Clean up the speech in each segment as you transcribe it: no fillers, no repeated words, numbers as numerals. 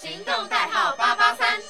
行动代号883。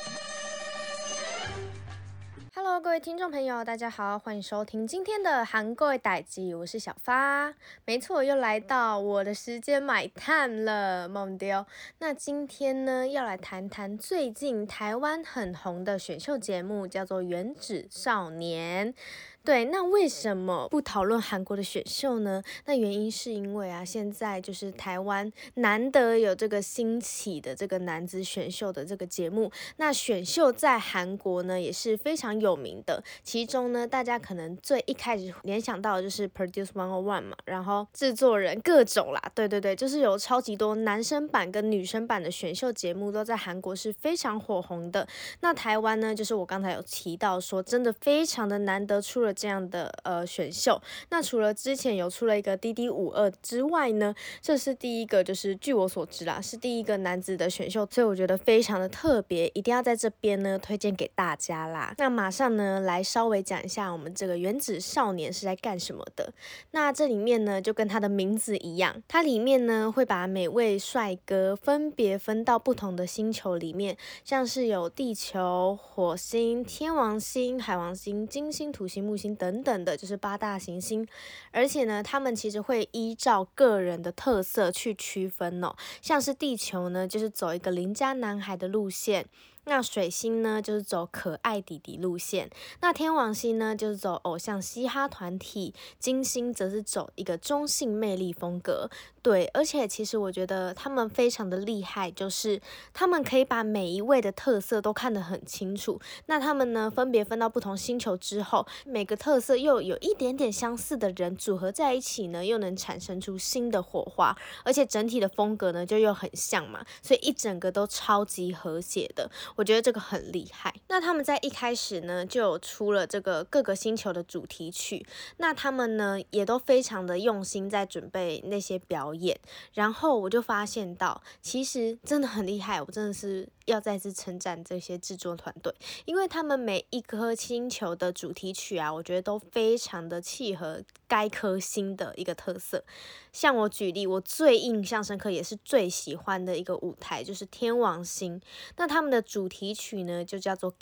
Hello， 各位听众朋友，大家好，欢迎收听今天的韩国代记，我是小发。没错，又来到我的时间买炭了，梦丢。那今天呢，要来谈谈最近台湾很红的选秀节目，叫做《原子少年》。对，那为什么不讨论韩国的选秀呢？那原因是因为现在就是台湾难得有这个兴起的这个男子选秀的这个节目。那选秀在韩国呢也是非常有名的，其中呢大家可能最一开始联想到的就是 Produce 101嘛，然后制作人各种啦，对，就是有超级多男生版跟女生版的选秀节目都在韩国是非常火红的。那台湾呢，就是我刚才有提到说，真的非常的难得出了这样的选秀。那除了之前有出了一个DD52之外呢，这是第一个，就是据我所知啦，是第一个男子的选秀，所以我觉得非常的特别，一定要在这边呢推荐给大家啦。那马上呢来稍微讲一下我们这个原子少年是在干什么的。那这里面呢就跟他的名字一样，它里面呢会把每位帅哥分别分到不同的星球里面，像是有地球、火星、天王星、海王星、金星、土星、木星等等的，就是8大行星。而且呢，他们其实会依照个人的特色去区分哦。像是地球呢，就是走一个邻家男孩的路线。那水星呢，就是走可爱弟弟路线；那天王星呢，就是走偶像嘻哈团体；金星则是走一个中性魅力风格。对，而且其实我觉得他们非常的厉害，就是他们可以把每一位的特色都看得很清楚。那他们呢，分别分到不同星球之后，每个特色又有一点点相似的人组合在一起呢，又能产生出新的火花，而且整体的风格呢就又很像嘛，所以一整个都超级和谐的。我觉得这个很厉害。那他们在一开始呢，就有出了这个各个星球的主题曲。那他们呢，也都非常的用心在准备那些表演。然后我就发现到，其实真的很厉害。我真的是要再次称赞这些制作团队，因为他们每一颗星球的主题曲我觉得都非常的契合该颗星的一个特色。像我举例，我最印象深刻也是最喜欢的一个舞台，就是天王星。那他们的主题曲呢，就叫做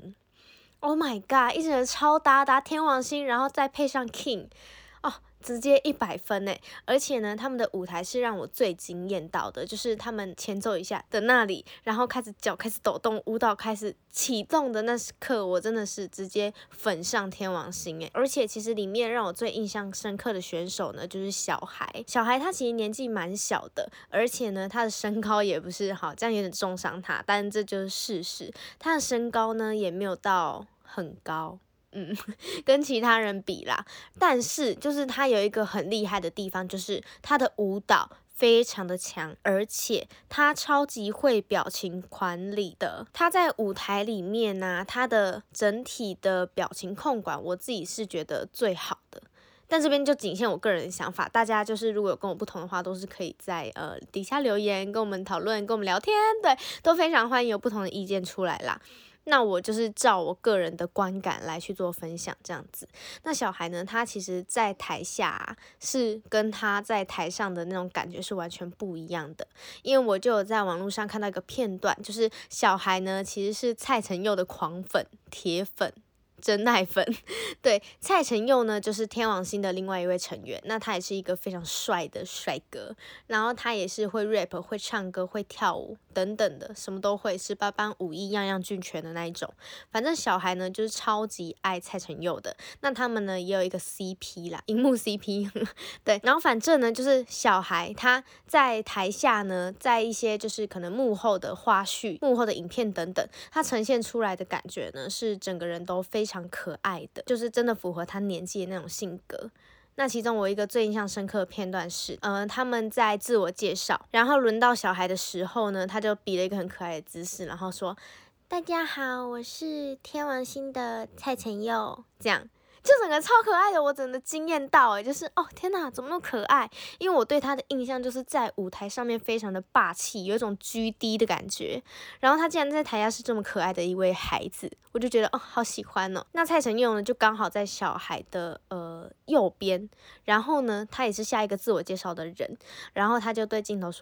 King。Oh my god， 一整个超搭天王星，然后再配上 King，直接100分耶。而且呢，他们的舞台是让我最惊艳到的，就是他们前奏一下的那里，然后脚开始抖动，舞蹈开始启动的那时刻，我真的是直接粉上天王星耶。而且其实里面让我最印象深刻的选手呢，就是小孩他其实年纪蛮小的，而且呢他的身高也不是好，这样有点重伤他，但这就是事实。他的身高呢也没有到很高，跟其他人比啦，但是就是他有一个很厉害的地方，就是他的舞蹈非常的强，而且他超级会表情管理的。他在舞台里面他的整体的表情控管，我自己是觉得最好的。但这边就仅限我个人的想法，大家就是如果有跟我不同的话，都是可以在底下留言跟我们讨论，跟我们聊天，对，都非常欢迎有不同的意见出来啦。那我就是照我个人的观感来去做分享这样子。那小孩呢，他其实在台下是跟他在台上的那种感觉是完全不一样的。因为我就有在网络上看到一个片段，就是小孩呢其实是蔡成佑的狂粉、铁粉、真爱粉。对，蔡成佑呢就是天王星的另外一位成员，那他也是一个非常帅的帅哥，然后他也是会 rap、会唱歌、会跳舞等等的，什么都会，18般武艺样样俱全的那一种。反正小孩呢就是超级爱蔡成佑的。那他们呢也有一个 CP 啦，荧幕 CP 对，然后反正呢就是小孩他在台下呢，在一些就是可能幕后的花絮、幕后的影片等等，他呈现出来的感觉呢是整个人都非常可爱的，就是真的符合他年纪的那种性格。那其中我一个最印象深刻的片段是，他们在自我介绍，然后轮到小孩的时候呢，他就比了一个很可爱的姿势，然后说：“大家好，我是天王星的蔡成佑。”这样。就整个超可爱的，我真的惊艳到就是天哪，怎么那么可爱？因为我对他的印象就是在舞台上面非常的霸气，有一种居低的感觉。然后他竟然在台下是这么可爱的一位孩子，我就觉得好喜欢哦。那蔡成佑呢，就刚好在小孩的右边，然后呢，他也是下一个自我介绍的人，然后他就对镜头说：“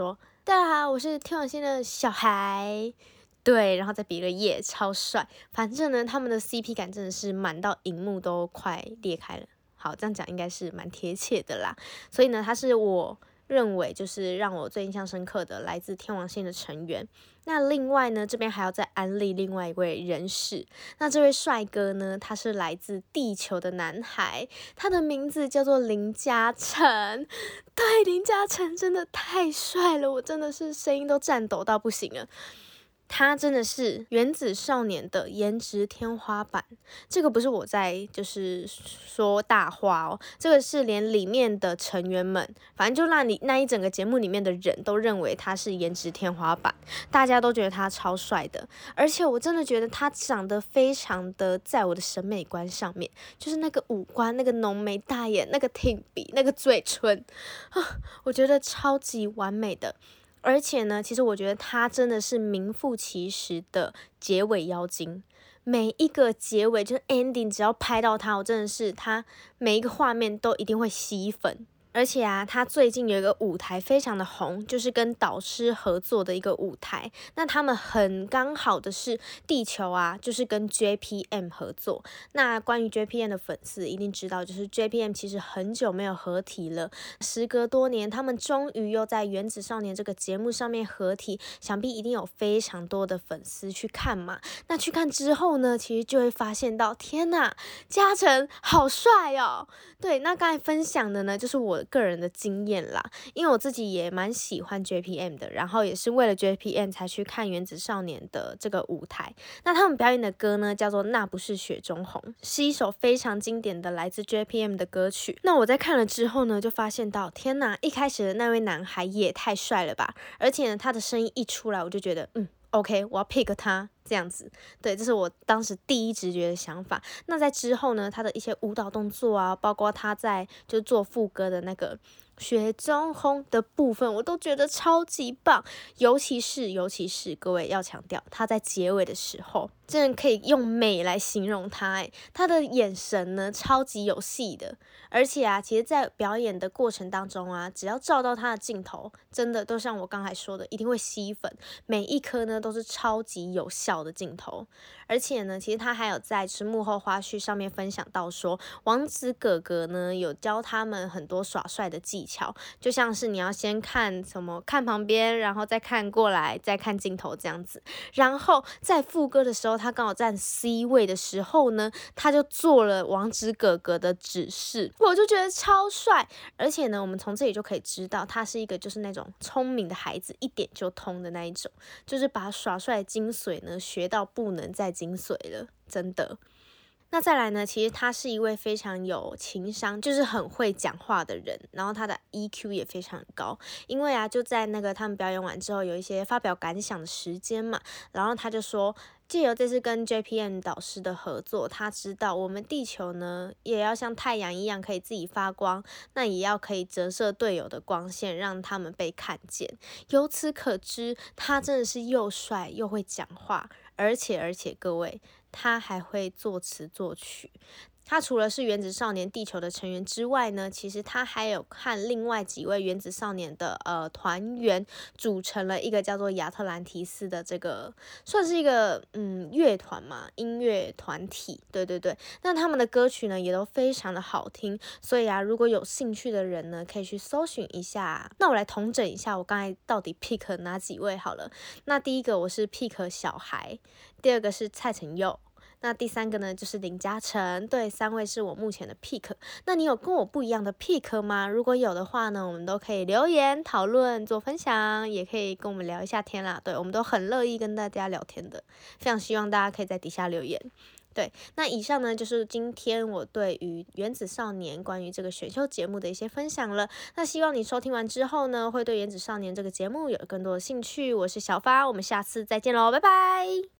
大家好，我是天王星的小孩。对，然后再比个耶，超帅。反正呢，他们的 CP 感真的是满到荧幕都快裂开了。好，这样讲应该是蛮贴切的啦。所以呢，他是我认为就是让我最印象深刻的来自天王星的成员。那另外呢，这边还要再安利另外一位人士。那这位帅哥呢，他是来自地球的男孩，他的名字叫做林嘉诚。对，林嘉诚真的太帅了，我真的是声音都颤抖到不行了。他真的是原子少年的颜值天花板，这个不是我在就是说大话哦，这个是连里面的成员们，反正就让你那一整个节目里面的人都认为他是颜值天花板，大家都觉得他超帅的，而且我真的觉得他长得非常的在我的审美观上面，就是那个五官、那个浓眉大眼、那个挺鼻、那个嘴唇啊，我觉得超级完美的。而且呢，其实我觉得他真的是名副其实的结尾妖精。每一个结尾就是 ending， 只要拍到他，我真的是他每一个画面都一定会吸粉。而且啊，他最近有一个舞台非常的红，就是跟导师合作的一个舞台。那他们很刚好的是地球啊，就是跟 JPM 合作。那关于 JPM 的粉丝一定知道，就是 JPM 其实很久没有合体了，时隔多年，他们终于又在《原子少年》这个节目上面合体，想必一定有非常多的粉丝去看嘛。那去看之后呢，其实就会发现到，天哪，嘉诚好帅哦！对，那刚才分享的呢，就是我个人的经验啦，因为我自己也蛮喜欢 JPM 的，然后也是为了 JPM 才去看原子少年的这个舞台。那他们表演的歌呢，叫做《那不是雪中红》，是一首非常经典的来自 JPM 的歌曲。那我在看了之后呢，就发现到，天哪，一开始的那位男孩也太帅了吧！而且呢，他的声音一出来，我就觉得，OK， 我要 pick 他这样子，对，这是我当时第一直觉的想法。那在之后呢，他的一些舞蹈动作啊，包括他在就做副歌的那个雪中红的部分，我都觉得超级棒。尤其是各位要强调，他在结尾的时候，真的可以用美来形容他。他的眼神呢，超级有戏的。而且啊，其实在表演的过程当中啊，只要照到他的镜头，真的都像我刚才说的，一定会吸粉。每一颗呢都是超级有效的镜头。而且呢，其实他还有在幕后花絮上面分享到说，王子哥哥呢有教他们很多耍帅的技巧，就像是你要先看看旁边，然后再看过来，再看镜头这样子。然后在副歌的时候，他刚好站 C 位的时候呢，他就做了王子哥哥的指示，我就觉得超帅。而且呢，我们从这里就可以知道，他是一个就是那种聪明的孩子，一点就通的那一种，就是把耍帅的精髓呢学到不能再精髓了，真的。那再来呢，其实他是一位非常有情商，就是很会讲话的人，然后他的 EQ 也非常高。因为啊，就在那个他们表演完之后，有一些发表感想的时间嘛，然后他就说，借由这次跟 JPM 导师的合作，他知道我们地球呢，也要像太阳一样可以自己发光，那也要可以折射队友的光线，让他们被看见。由此可知，他真的是又帅又会讲话，而且各位，他还会作词作曲。他除了是原子少年地球的成员之外呢，其实他还有和另外几位原子少年的团员组成了一个叫做亚特兰提斯的这个算是一个乐团嘛，音乐团体，对。那他们的歌曲呢也都非常的好听，所以啊，如果有兴趣的人呢，可以去搜寻一下。那我来统整一下我刚才到底 pick 哪几位好了。那第一个我是 pick 小孩，第二个是蔡成佑。那第三个呢，就是林嘉诚，对，3位是我目前的 pick。那你有跟我不一样的 pick 吗？如果有的话呢，我们都可以留言讨论做分享，也可以跟我们聊一下天啦。对，我们都很乐意跟大家聊天的，非常希望大家可以在底下留言。对，那以上呢就是今天我对于原子少年关于这个选秀节目的一些分享了。那希望你收听完之后呢，会对原子少年这个节目有更多的兴趣。我是小发，我们下次再见喽，拜拜。